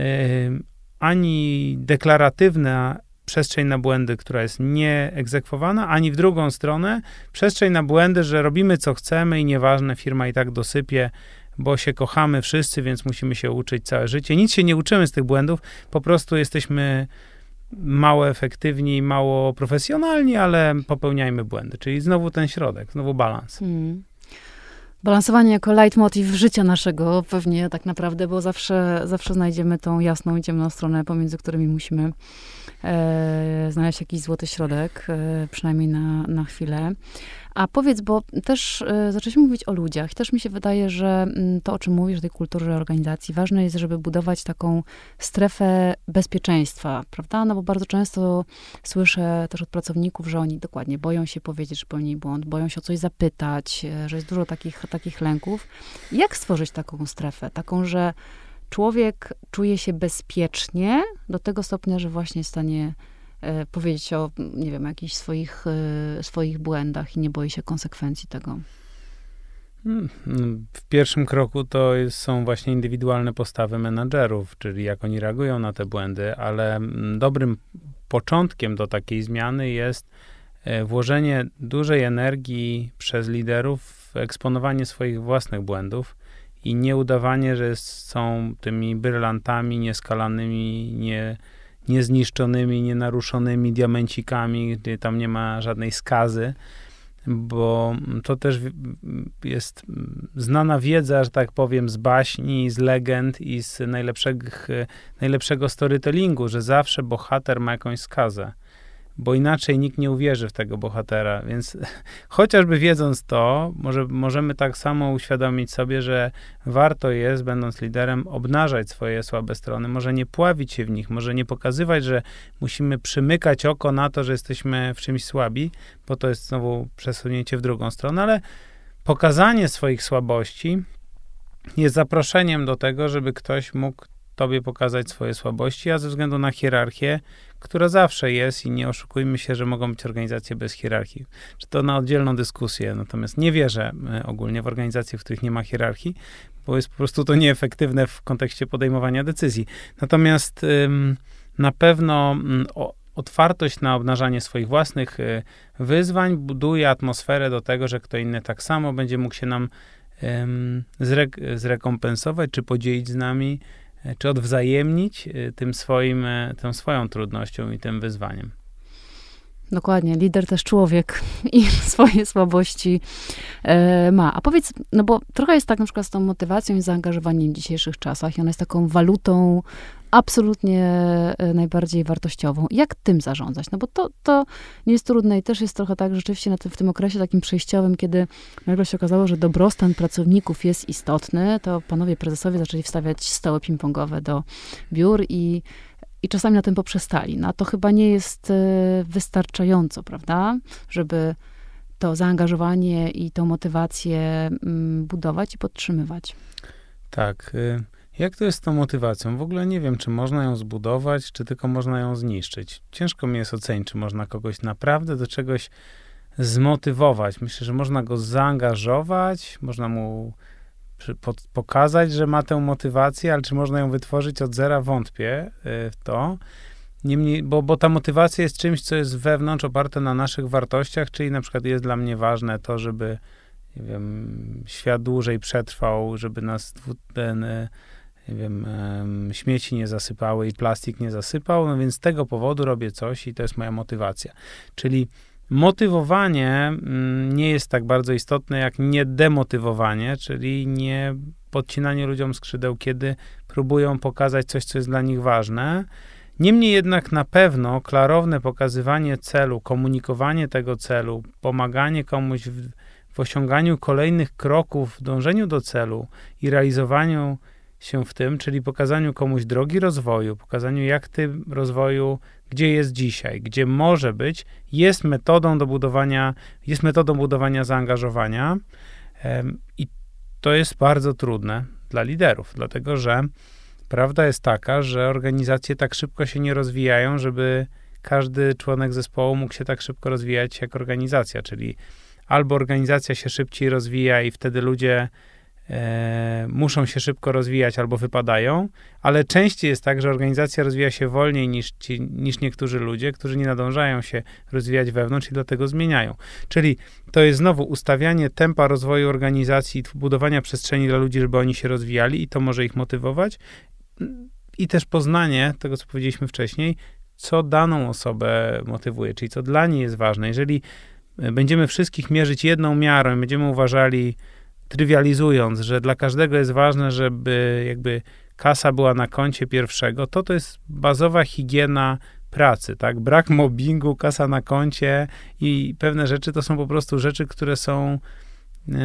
ani deklaratywna przestrzeń na błędy, która jest nieegzekwowana, ani w drugą stronę przestrzeń na błędy, że robimy co chcemy i nieważne, firma i tak dosypie, bo się kochamy wszyscy, więc musimy się uczyć całe życie. Nic się nie uczymy z tych błędów, po prostu jesteśmy mało efektywni, mało profesjonalni, ale popełniajmy błędy. Czyli znowu ten środek, znowu balans. Hmm. Balansowanie jako leitmotiv życia naszego pewnie tak naprawdę, bo zawsze, zawsze znajdziemy tą jasną i ciemną stronę, pomiędzy którymi musimy e, znaleźć jakiś złoty środek, e, przynajmniej na, na chwilę. A powiedz, bo też e, zaczęliśmy mówić o ludziach. Też mi się wydaje, że m, to, o czym mówisz, o tej kulturze organizacji, ważne jest, żeby budować taką strefę bezpieczeństwa, prawda? No bo bardzo często słyszę też od pracowników, że oni dokładnie boją się powiedzieć, że popełnili błąd, boją się o coś zapytać, e, że jest dużo takich, takich lęków. Jak stworzyć taką strefę? Taką, że człowiek czuje się bezpiecznie do tego stopnia, że właśnie jest w stanie e, powiedzieć o, nie wiem, jakichś swoich, e, swoich błędach i nie boi się konsekwencji tego. W pierwszym kroku to jest, są właśnie indywidualne postawy menadżerów, czyli jak oni reagują na te błędy, ale dobrym początkiem do takiej zmiany jest włożenie dużej energii przez liderów w eksponowanie swoich własnych błędów i nie udawanie, że są tymi brylantami nieskalanymi, nie, niezniszczonymi, nienaruszonymi diamencikami, gdzie tam nie ma żadnej skazy, bo to też jest znana wiedza, że tak powiem, z baśni, z legend i z najlepszego, najlepszego storytellingu, że zawsze bohater ma jakąś skazę, bo inaczej nikt nie uwierzy w tego bohatera, więc chociażby wiedząc to, może, możemy tak samo uświadomić sobie, że warto jest, będąc liderem, obnażać swoje słabe strony, może nie pławić się w nich, może nie pokazywać, że musimy przymykać oko na to, że jesteśmy w czymś słabi, bo to jest znowu przesunięcie w drugą stronę, ale pokazanie swoich słabości jest zaproszeniem do tego, żeby ktoś mógł tobie pokazać swoje słabości, a ze względu na hierarchię, która zawsze jest i nie oszukujmy się, że mogą być organizacje bez hierarchii. Czy to na oddzielną dyskusję, natomiast nie wierzę ogólnie w organizacje, w których nie ma hierarchii, bo jest po prostu to nieefektywne w kontekście podejmowania decyzji. Natomiast ym, na pewno ym, o, otwartość na obnażanie swoich własnych y, wyzwań buduje atmosferę do tego, że kto inny tak samo będzie mógł się nam ym, zre- zrekompensować, czy podzielić z nami, czy odwzajemnić tym swoim, tą swoją trudnością i tym wyzwaniem. Dokładnie, lider też człowiek i swoje słabości e, ma. A powiedz, no bo trochę jest tak na przykład z tą motywacją i zaangażowaniem w dzisiejszych czasach i ona jest taką walutą absolutnie e, najbardziej wartościową. Jak tym zarządzać? No bo to, to nie jest trudne i też jest trochę tak, że rzeczywiście na tym, w tym okresie takim przejściowym, kiedy nagle się okazało, że dobrostan pracowników jest istotny, to panowie prezesowie zaczęli wstawiać stoły ping-pongowe do biur i I czasami na tym poprzestali. No a to chyba nie jest wystarczająco, prawda? Żeby to zaangażowanie i tą motywację budować i podtrzymywać. Tak. Jak to jest z tą motywacją? W ogóle nie wiem, czy można ją zbudować, czy tylko można ją zniszczyć. Ciężko mi jest ocenić, czy można kogoś naprawdę do czegoś zmotywować. Myślę, że można go zaangażować, można mu pokazać, że ma tę motywację, ale czy można ją wytworzyć od zera, wątpię w to. Niemniej, bo, bo ta motywacja jest czymś, co jest wewnątrz, oparte na naszych wartościach, czyli na przykład jest dla mnie ważne to, żeby nie wiem, świat dłużej przetrwał, żeby nas ten, nie wiem, śmieci nie zasypały i plastik nie zasypał, no więc z tego powodu robię coś i to jest moja motywacja. Czyli motywowanie nie jest tak bardzo istotne jak niedemotywowanie, czyli nie podcinanie ludziom skrzydeł, kiedy próbują pokazać coś, co jest dla nich ważne. Niemniej jednak na pewno klarowne pokazywanie celu, komunikowanie tego celu, pomaganie komuś w, w osiąganiu kolejnych kroków, w dążeniu do celu i realizowaniu się w tym, czyli pokazaniu komuś drogi rozwoju, pokazaniu jak tym rozwoju, gdzie jest dzisiaj, gdzie może być, jest metodą do budowania, jest metodą budowania zaangażowania um, i to jest bardzo trudne dla liderów, dlatego że prawda jest taka, że organizacje tak szybko się nie rozwijają, żeby każdy członek zespołu mógł się tak szybko rozwijać jak organizacja, czyli albo organizacja się szybciej rozwija i wtedy ludzie E, muszą się szybko rozwijać albo wypadają, ale częściej jest tak, że organizacja rozwija się wolniej niż, ci, niż niektórzy ludzie, którzy nie nadążają się rozwijać wewnątrz i dlatego zmieniają. Czyli to jest znowu ustawianie tempa rozwoju organizacji, budowania przestrzeni dla ludzi, żeby oni się rozwijali i to może ich motywować i też poznanie tego, co powiedzieliśmy wcześniej, co daną osobę motywuje, czyli co dla niej jest ważne. Jeżeli będziemy wszystkich mierzyć jedną miarą i będziemy uważali, trywializując, że dla każdego jest ważne, żeby jakby kasa była na koncie pierwszego, to to jest bazowa higiena pracy, tak? Brak mobbingu, kasa na koncie i pewne rzeczy to są po prostu rzeczy, które są yy,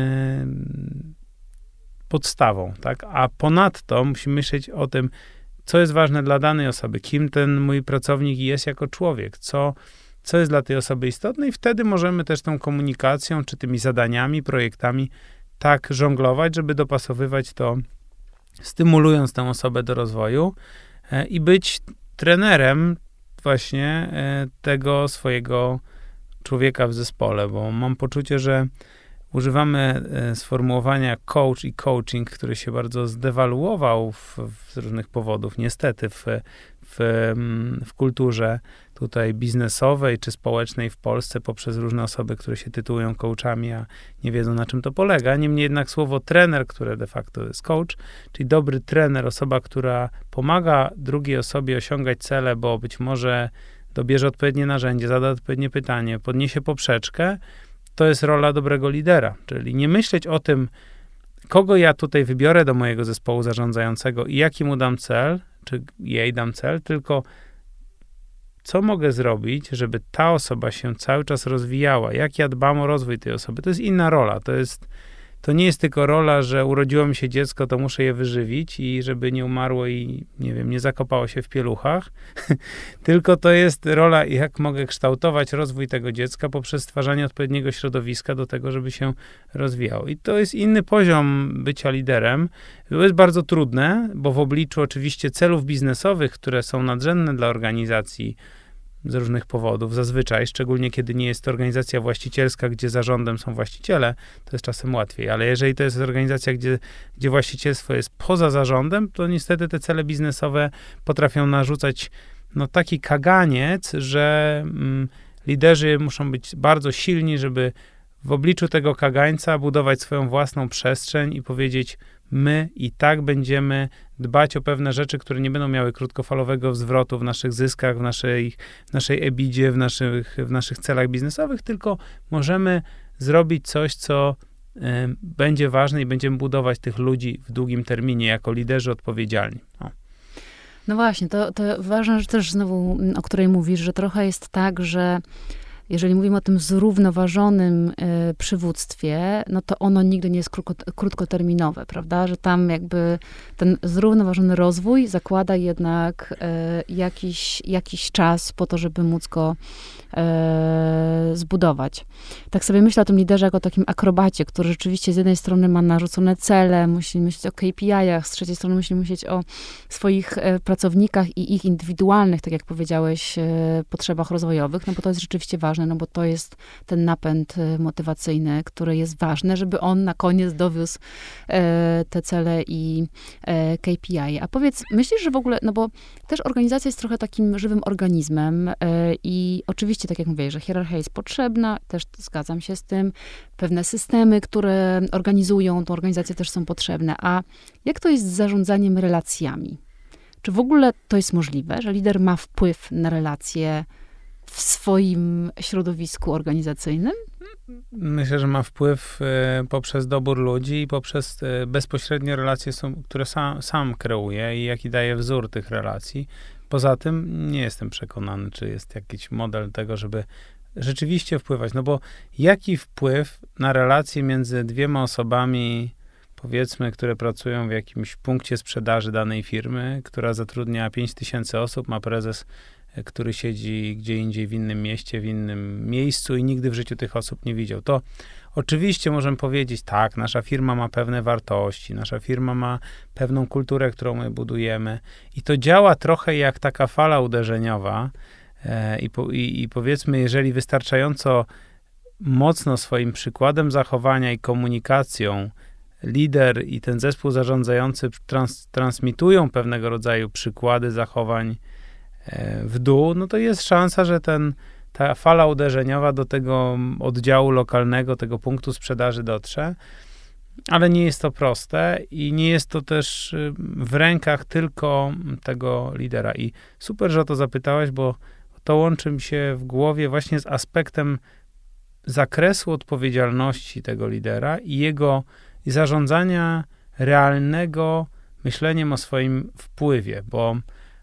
podstawą, tak? A ponadto musimy myśleć o tym, co jest ważne dla danej osoby, kim ten mój pracownik jest jako człowiek, co, co jest dla tej osoby istotne i wtedy możemy też tą komunikacją, czy tymi zadaniami, projektami tak żonglować, żeby dopasowywać to, stymulując tę osobę do rozwoju e, i być trenerem właśnie e, tego swojego człowieka w zespole, bo mam poczucie, że używamy e, sformułowania coach i coaching, który się bardzo zdewaluował w, w, z różnych powodów, niestety w, w, w kulturze tutaj biznesowej czy społecznej w Polsce poprzez różne osoby, które się tytułują coachami, a nie wiedzą, na czym to polega. Niemniej jednak słowo trener, które de facto jest coach, czyli dobry trener, osoba, która pomaga drugiej osobie osiągać cele, bo być może dobierze odpowiednie narzędzie, zada odpowiednie pytanie, podniesie poprzeczkę, to jest rola dobrego lidera. Czyli nie myśleć o tym, kogo ja tutaj wybiorę do mojego zespołu zarządzającego i jaki mu dam cel, czy jej dam cel, tylko co mogę zrobić, żeby ta osoba się cały czas rozwijała, jak ja dbam o rozwój tej osoby. To jest inna rola, to jest, to nie jest tylko rola, że urodziło mi się dziecko, to muszę je wyżywić i żeby nie umarło i, nie wiem, nie zakopało się w pieluchach, tylko to jest rola, jak mogę kształtować rozwój tego dziecka poprzez stwarzanie odpowiedniego środowiska do tego, żeby się rozwijało. I to jest inny poziom bycia liderem. To jest bardzo trudne, bo w obliczu oczywiście celów biznesowych, które są nadrzędne dla organizacji, z różnych powodów, zazwyczaj, szczególnie kiedy nie jest to organizacja właścicielska, gdzie zarządem są właściciele, to jest czasem łatwiej, ale jeżeli to jest organizacja, gdzie, gdzie właścicielstwo jest poza zarządem, to niestety te cele biznesowe potrafią narzucać no, taki kaganiec, że mm, liderzy muszą być bardzo silni, żeby w obliczu tego kagańca budować swoją własną przestrzeń i powiedzieć, my i tak będziemy dbać o pewne rzeczy, które nie będą miały krótkofalowego zwrotu w naszych zyskach, w naszej, w naszej ebidzie, w naszych, w naszych celach biznesowych, tylko możemy zrobić coś, co y, będzie ważne i będziemy budować tych ludzi w długim terminie jako liderzy odpowiedzialni. O. No właśnie, to, to ważna rzecz też znowu, o której mówisz, że trochę jest tak, że jeżeli mówimy o tym zrównoważonym y, przywództwie, no to ono nigdy nie jest krótko, krótkoterminowe, prawda? Że tam jakby ten zrównoważony rozwój zakłada jednak y, jakiś, jakiś czas po to, żeby móc go y, zbudować. Tak sobie myślę o tym liderze jako o takim akrobacie, który rzeczywiście z jednej strony ma narzucone cele, musi myśleć o K P I-ach, z trzeciej strony musi myśleć o swoich y, pracownikach i ich indywidualnych, tak jak powiedziałeś, y, potrzebach rozwojowych, no bo to jest rzeczywiście ważne, no bo to jest ten napęd motywacyjny, który jest ważny, żeby on na koniec dowiózł e, te cele i e, K P I. A powiedz, myślisz, że w ogóle, no bo też organizacja jest trochę takim żywym organizmem e, i oczywiście, tak jak mówię, że hierarchia jest potrzebna, też zgadzam się z tym, pewne systemy, które organizują tą organizację też są potrzebne. A jak to jest z zarządzaniem relacjami? Czy w ogóle to jest możliwe, że lider ma wpływ na relacje w swoim środowisku organizacyjnym? Myślę, że ma wpływ y, poprzez dobór ludzi i poprzez y, bezpośrednie relacje, są, które sam, sam kreuje i jaki daje wzór tych relacji. Poza tym nie jestem przekonany, czy jest jakiś model tego, żeby rzeczywiście wpływać. No bo jaki wpływ na relacje między dwiema osobami, powiedzmy, które pracują w jakimś punkcie sprzedaży danej firmy, która zatrudnia pięć tysięcy osób, ma prezes, który siedzi gdzie indziej w innym mieście, w innym miejscu i nigdy w życiu tych osób nie widział. To oczywiście możemy powiedzieć, tak, nasza firma ma pewne wartości, nasza firma ma pewną kulturę, którą my budujemy i to działa trochę jak taka fala uderzeniowa e, i, po, i, i powiedzmy, jeżeli wystarczająco mocno swoim przykładem zachowania i komunikacją lider i ten zespół zarządzający trans, transmitują pewnego rodzaju przykłady zachowań w dół, no to jest szansa, że ten, ta fala uderzeniowa do tego oddziału lokalnego, tego punktu sprzedaży dotrze, ale nie jest to proste i nie jest to też w rękach tylko tego lidera. I super, że o to zapytałaś, bo to łączy mi się w głowie właśnie z aspektem zakresu odpowiedzialności tego lidera i jego i zarządzania realnego myśleniem o swoim wpływie, bo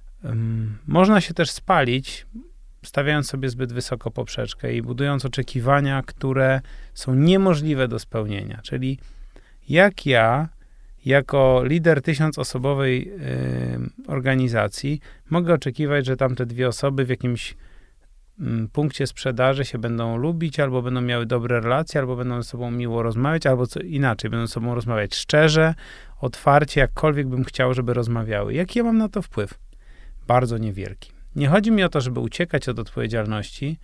Um, można się też spalić, stawiając sobie zbyt wysoko poprzeczkę i budując oczekiwania, które są niemożliwe do spełnienia. Czyli jak ja, jako lider tysiącosobowej y, organizacji, mogę oczekiwać, że tamte dwie osoby w jakimś y, punkcie sprzedaży się będą lubić, albo będą miały dobre relacje, albo będą ze sobą miło rozmawiać, albo co inaczej, będą ze sobą rozmawiać szczerze, otwarcie, jakkolwiek bym chciał, żeby rozmawiały. Jaki ja mam na to wpływ? Bardzo niewielki. Nie chodzi mi o to, żeby uciekać od odpowiedzialności,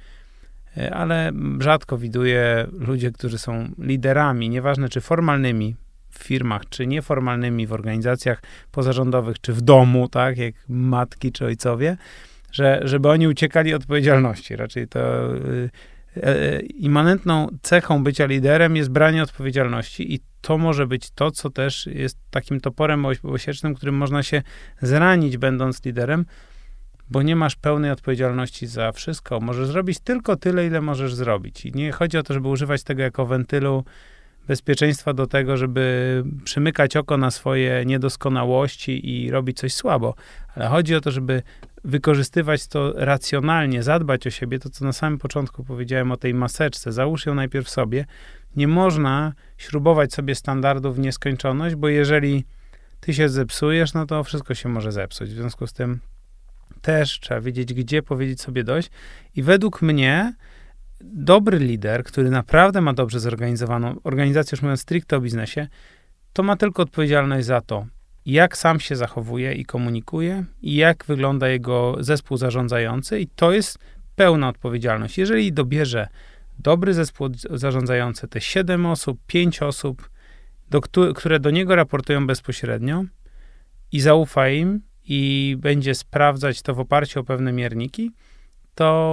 ale rzadko widuję ludzi, którzy są liderami, nieważne czy formalnymi w firmach, czy nieformalnymi w organizacjach pozarządowych, czy w domu, tak, jak matki czy ojcowie, że, żeby oni uciekali od odpowiedzialności. Raczej to y, y, immanentną cechą bycia liderem jest branie odpowiedzialności i to może być to, co też jest takim toporem osiecznym, którym można się zranić, będąc liderem, bo nie masz pełnej odpowiedzialności za wszystko. Możesz zrobić tylko tyle, ile możesz zrobić. I nie chodzi o to, żeby używać tego jako wentylu bezpieczeństwa do tego, żeby przymykać oko na swoje niedoskonałości i robić coś słabo. Ale chodzi o to, żeby wykorzystywać to racjonalnie, zadbać o siebie, to co na samym początku powiedziałem o tej maseczce. Załóż ją najpierw sobie. Nie można śrubować sobie standardów w nieskończoność, bo jeżeli ty się zepsujesz, no to wszystko się może zepsuć. W związku z tym też trzeba wiedzieć, gdzie powiedzieć sobie dość. I według mnie dobry lider, który naprawdę ma dobrze zorganizowaną organizację, już mówiąc stricte o biznesie, to ma tylko odpowiedzialność za to, jak sam się zachowuje i komunikuje i jak wygląda jego zespół zarządzający i to jest pełna odpowiedzialność. Jeżeli dobierze dobry zespół zarządzający, te siedem osób, pięć osób, do, które do niego raportują bezpośrednio i zaufa im i będzie sprawdzać to w oparciu o pewne mierniki, to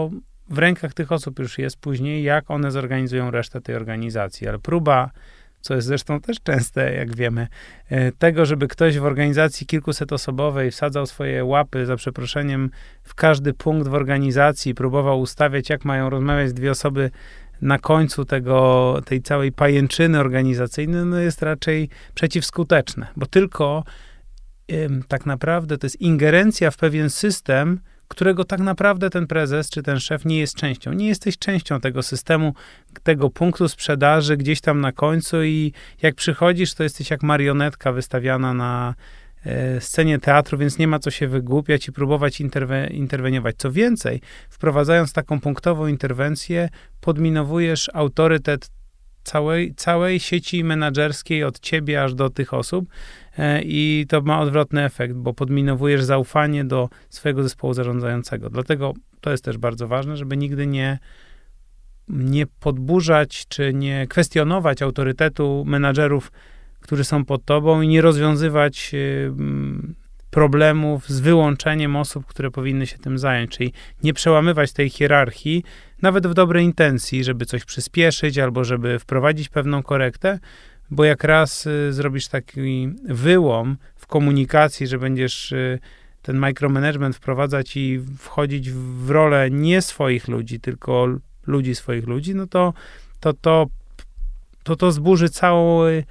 w rękach tych osób już jest później, jak one zorganizują resztę tej organizacji. Ale próba, co jest zresztą też częste, jak wiemy, tego, żeby ktoś w organizacji kilkusetosobowej wsadzał swoje łapy, za przeproszeniem, w każdy punkt w organizacji, próbował ustawiać, jak mają rozmawiać dwie osoby na końcu tego, tej całej pajęczyny organizacyjnej, no jest raczej przeciwskuteczne, bo tylko ym, tak naprawdę to jest ingerencja w pewien system, którego tak naprawdę ten prezes czy ten szef nie jest częścią. Nie jesteś częścią tego systemu, tego punktu sprzedaży gdzieś tam na końcu i jak przychodzisz, to jesteś jak marionetka wystawiana na e, scenie teatru, więc nie ma co się wygłupiać i próbować interwe- interweniować. Co więcej, wprowadzając taką punktową interwencję, podminowujesz autorytet całej, całej sieci menadżerskiej od ciebie aż do tych osób e, i to ma odwrotny efekt, bo podminowujesz zaufanie do swojego zespołu zarządzającego. Dlatego to jest też bardzo ważne, żeby nigdy nie, nie podburzać czy nie kwestionować autorytetu menadżerów, którzy są pod tobą i nie rozwiązywać y, problemów z wyłączeniem osób, które powinny się tym zająć, czyli nie przełamywać tej hierarchii, nawet w dobrej intencji, żeby coś przyspieszyć albo żeby wprowadzić pewną korektę, bo jak raz y, zrobisz taki wyłom w komunikacji, że będziesz y, ten micromanagement wprowadzać i wchodzić w rolę nie swoich ludzi, tylko ludzi swoich ludzi, no to to, to, to, to zburzy cały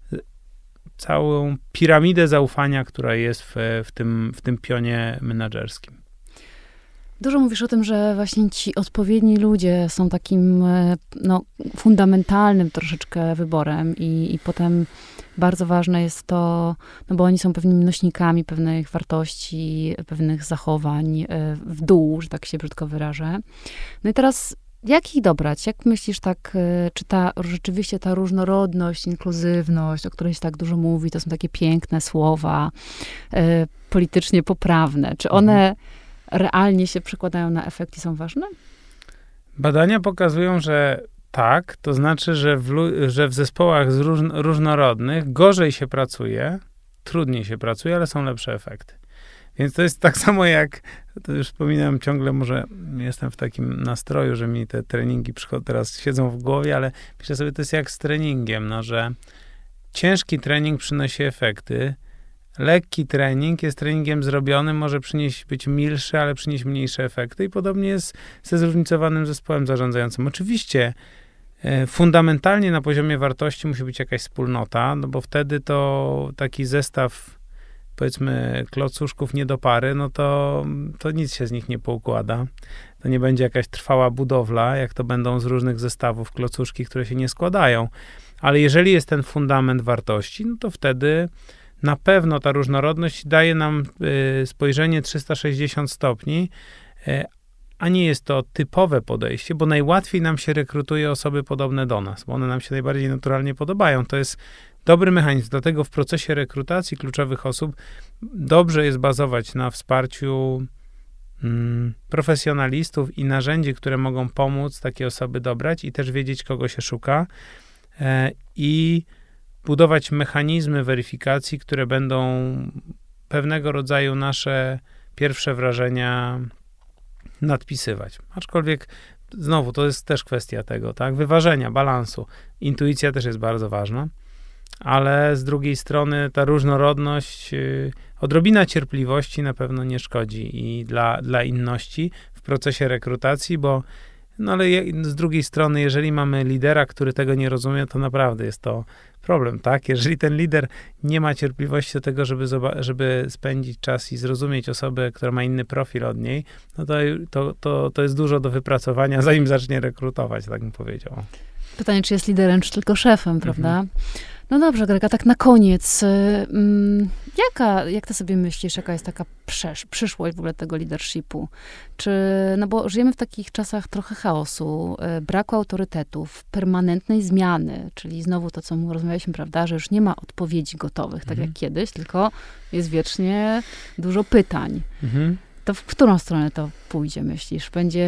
całą piramidę zaufania, która jest w, w, tym, w tym pionie menadżerskim. Dużo mówisz o tym, że właśnie ci odpowiedni ludzie są takim no, fundamentalnym troszeczkę wyborem i, i potem bardzo ważne jest to, no bo oni są pewnymi nośnikami pewnych wartości, pewnych zachowań w dół, że tak się brzydko wyrażę. No i teraz jak ich dobrać? Jak myślisz tak, czy ta rzeczywiście ta różnorodność, inkluzywność, o której się tak dużo mówi, to są takie piękne słowa, y, politycznie poprawne, czy one mhm. realnie się przekładają na efekt i są ważne? Badania pokazują, że tak, to znaczy, że w, że w zespołach z róż, różnorodnych gorzej się pracuje, trudniej się pracuje, ale są lepsze efekty. Więc to jest tak samo jak, to już wspominałem ciągle, może jestem w takim nastroju, że mi te treningi przychodzą, teraz siedzą w głowie, ale myślę sobie, to jest jak z treningiem, no, że ciężki trening przynosi efekty, lekki trening jest treningiem zrobionym, może przynieść być milszy, ale przynieść mniejsze efekty i podobnie jest ze zróżnicowanym zespołem zarządzającym. Oczywiście e, fundamentalnie na poziomie wartości musi być jakaś wspólnota, no bo wtedy to taki zestaw powiedzmy klocuszków nie do pary, no to, to nic się z nich nie poukłada. To nie będzie jakaś trwała budowla, jak to będą z różnych zestawów klocuszki, które się nie składają. Ale jeżeli jest ten fundament wartości, no to wtedy na pewno ta różnorodność daje nam y, spojrzenie trzysta sześćdziesiąt stopni, y, a nie jest to typowe podejście, bo najłatwiej nam się rekrutuje osoby podobne do nas, bo one nam się najbardziej naturalnie podobają. To jest dobry mechanizm, dlatego w procesie rekrutacji kluczowych osób dobrze jest bazować na wsparciu mm, profesjonalistów i narzędzi, które mogą pomóc takie osoby dobrać i też wiedzieć, kogo się szuka e, i budować mechanizmy weryfikacji, które będą pewnego rodzaju nasze pierwsze wrażenia nadpisywać. Aczkolwiek znowu to jest też kwestia tego, tak, wyważenia, balansu. Intuicja też jest bardzo ważna. Ale z drugiej strony ta różnorodność, yy, odrobina cierpliwości na pewno nie szkodzi i dla, dla inności w procesie rekrutacji, bo no ale je, z drugiej strony, jeżeli mamy lidera, który tego nie rozumie, to naprawdę jest to problem, tak? Jeżeli ten lider nie ma cierpliwości do tego, żeby, żeby spędzić czas i zrozumieć osobę, która ma inny profil od niej, no to, to, to, to jest dużo do wypracowania, zanim zacznie rekrutować, tak bym powiedział. Pytanie, czy jest liderem, czy tylko szefem, prawda? Mhm. No dobrze, Greg, a tak na koniec, um, jaka, jak ty sobie myślisz, jaka jest taka przesz- przyszłość w ogóle tego leadershipu? Czy, no bo żyjemy w takich czasach trochę chaosu, y, braku autorytetów, permanentnej zmiany, czyli znowu to, co rozmawialiśmy, prawda, że już nie ma odpowiedzi gotowych, tak mhm. jak kiedyś, tylko jest wiecznie dużo pytań. Mhm. To w którą stronę to pójdzie, myślisz? Będzie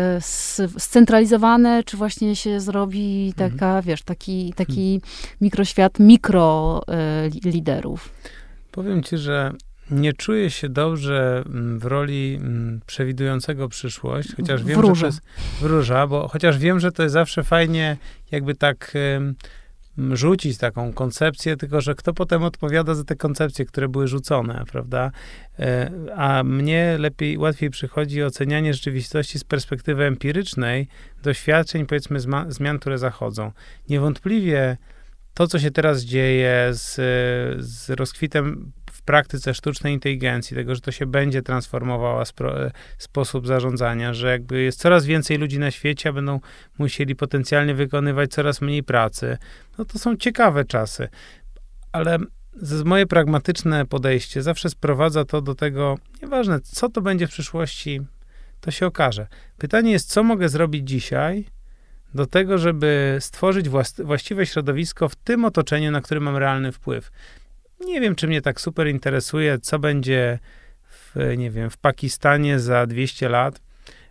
scentralizowane, czy właśnie się zrobi taka, mhm. wiesz, taki, taki mhm. mikroświat mikro y, liderów? Powiem ci, że nie czuję się dobrze w roli przewidującego przyszłość, chociaż wiem, Wróża. że to jest wróża, bo chociaż wiem, że to jest zawsze fajnie jakby tak um, rzucić taką koncepcję, tylko że kto potem odpowiada za te koncepcje, które były rzucone, prawda? E, a mnie lepiej, łatwiej przychodzi ocenianie rzeczywistości z perspektywy empirycznej, doświadczeń, powiedzmy, zma- zmian, które zachodzą. Niewątpliwie to, co się teraz dzieje z, z rozkwitem w praktyce sztucznej inteligencji, tego, że to się będzie transformowała spro, sposób zarządzania, że jakby jest coraz więcej ludzi na świecie, a będą musieli potencjalnie wykonywać coraz mniej pracy, no to są ciekawe czasy. Ale z moje pragmatyczne podejście zawsze sprowadza to do tego, nieważne, co to będzie w przyszłości, to się okaże. Pytanie jest, co mogę zrobić dzisiaj do tego, żeby stworzyć włas- właściwe środowisko w tym otoczeniu, na które mam realny wpływ. Nie wiem, czy mnie tak super interesuje, co będzie w, nie wiem, w Pakistanie za dwieście lat.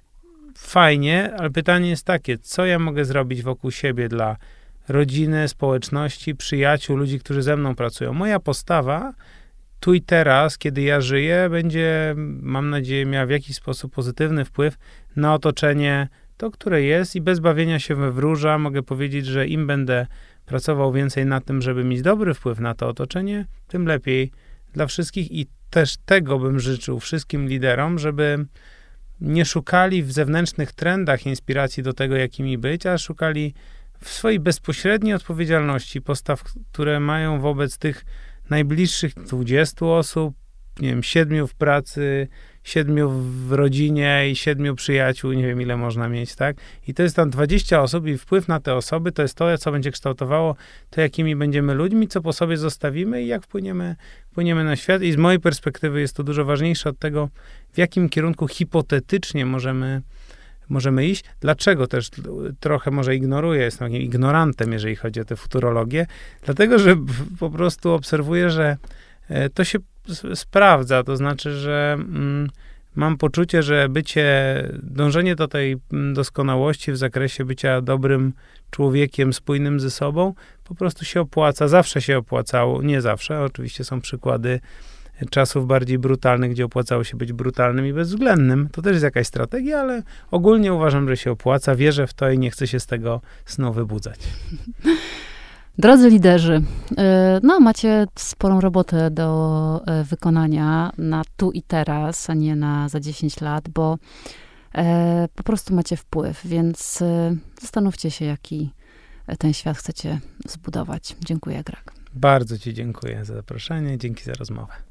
Fajnie, ale pytanie jest takie, co ja mogę zrobić wokół siebie dla rodziny, społeczności, przyjaciół, ludzi, którzy ze mną pracują. Moja postawa tu i teraz, kiedy ja żyję, będzie, mam nadzieję, miała w jakiś sposób pozytywny wpływ na otoczenie, to, które jest, i bez bawienia się we wróża mogę powiedzieć, że im będę pracował więcej na tym, żeby mieć dobry wpływ na to otoczenie, tym lepiej dla wszystkich, i też tego bym życzył wszystkim liderom, żeby nie szukali w zewnętrznych trendach inspiracji do tego, jakimi być, a szukali w swojej bezpośredniej odpowiedzialności postaw, które mają wobec tych najbliższych dwudziestu osób, nie wiem, siedmiu w pracy, siedmiu w rodzinie i siedmiu przyjaciół, nie wiem ile można mieć, tak? I to jest tam dwadzieścia osób i wpływ na te osoby to jest to, co będzie kształtowało to, jakimi będziemy ludźmi, co po sobie zostawimy i jak wpłyniemy, wpłyniemy na świat. I z mojej perspektywy jest to dużo ważniejsze od tego, w jakim kierunku hipotetycznie możemy, możemy iść. Dlaczego też trochę może ignoruję, jestem takim ignorantem, jeżeli chodzi o tę futurologię, dlatego, że po prostu obserwuję, że to się sprawdza, to znaczy, że mm, mam poczucie, że bycie, dążenie do tej doskonałości w zakresie bycia dobrym człowiekiem, spójnym ze sobą, po prostu się opłaca, zawsze się opłacało, nie zawsze, oczywiście są przykłady czasów bardziej brutalnych, gdzie opłacało się być brutalnym i bezwzględnym, to też jest jakaś strategia, ale ogólnie uważam, że się opłaca, wierzę w to i nie chcę się z tego snu wybudzać. Drodzy liderzy, no macie sporą robotę do wykonania na tu i teraz, a nie na za dziesięć lat, bo po prostu macie wpływ, więc zastanówcie się, jaki ten świat chcecie zbudować. Dziękuję, Greg. Bardzo ci dziękuję za zaproszenie, dzięki za rozmowę.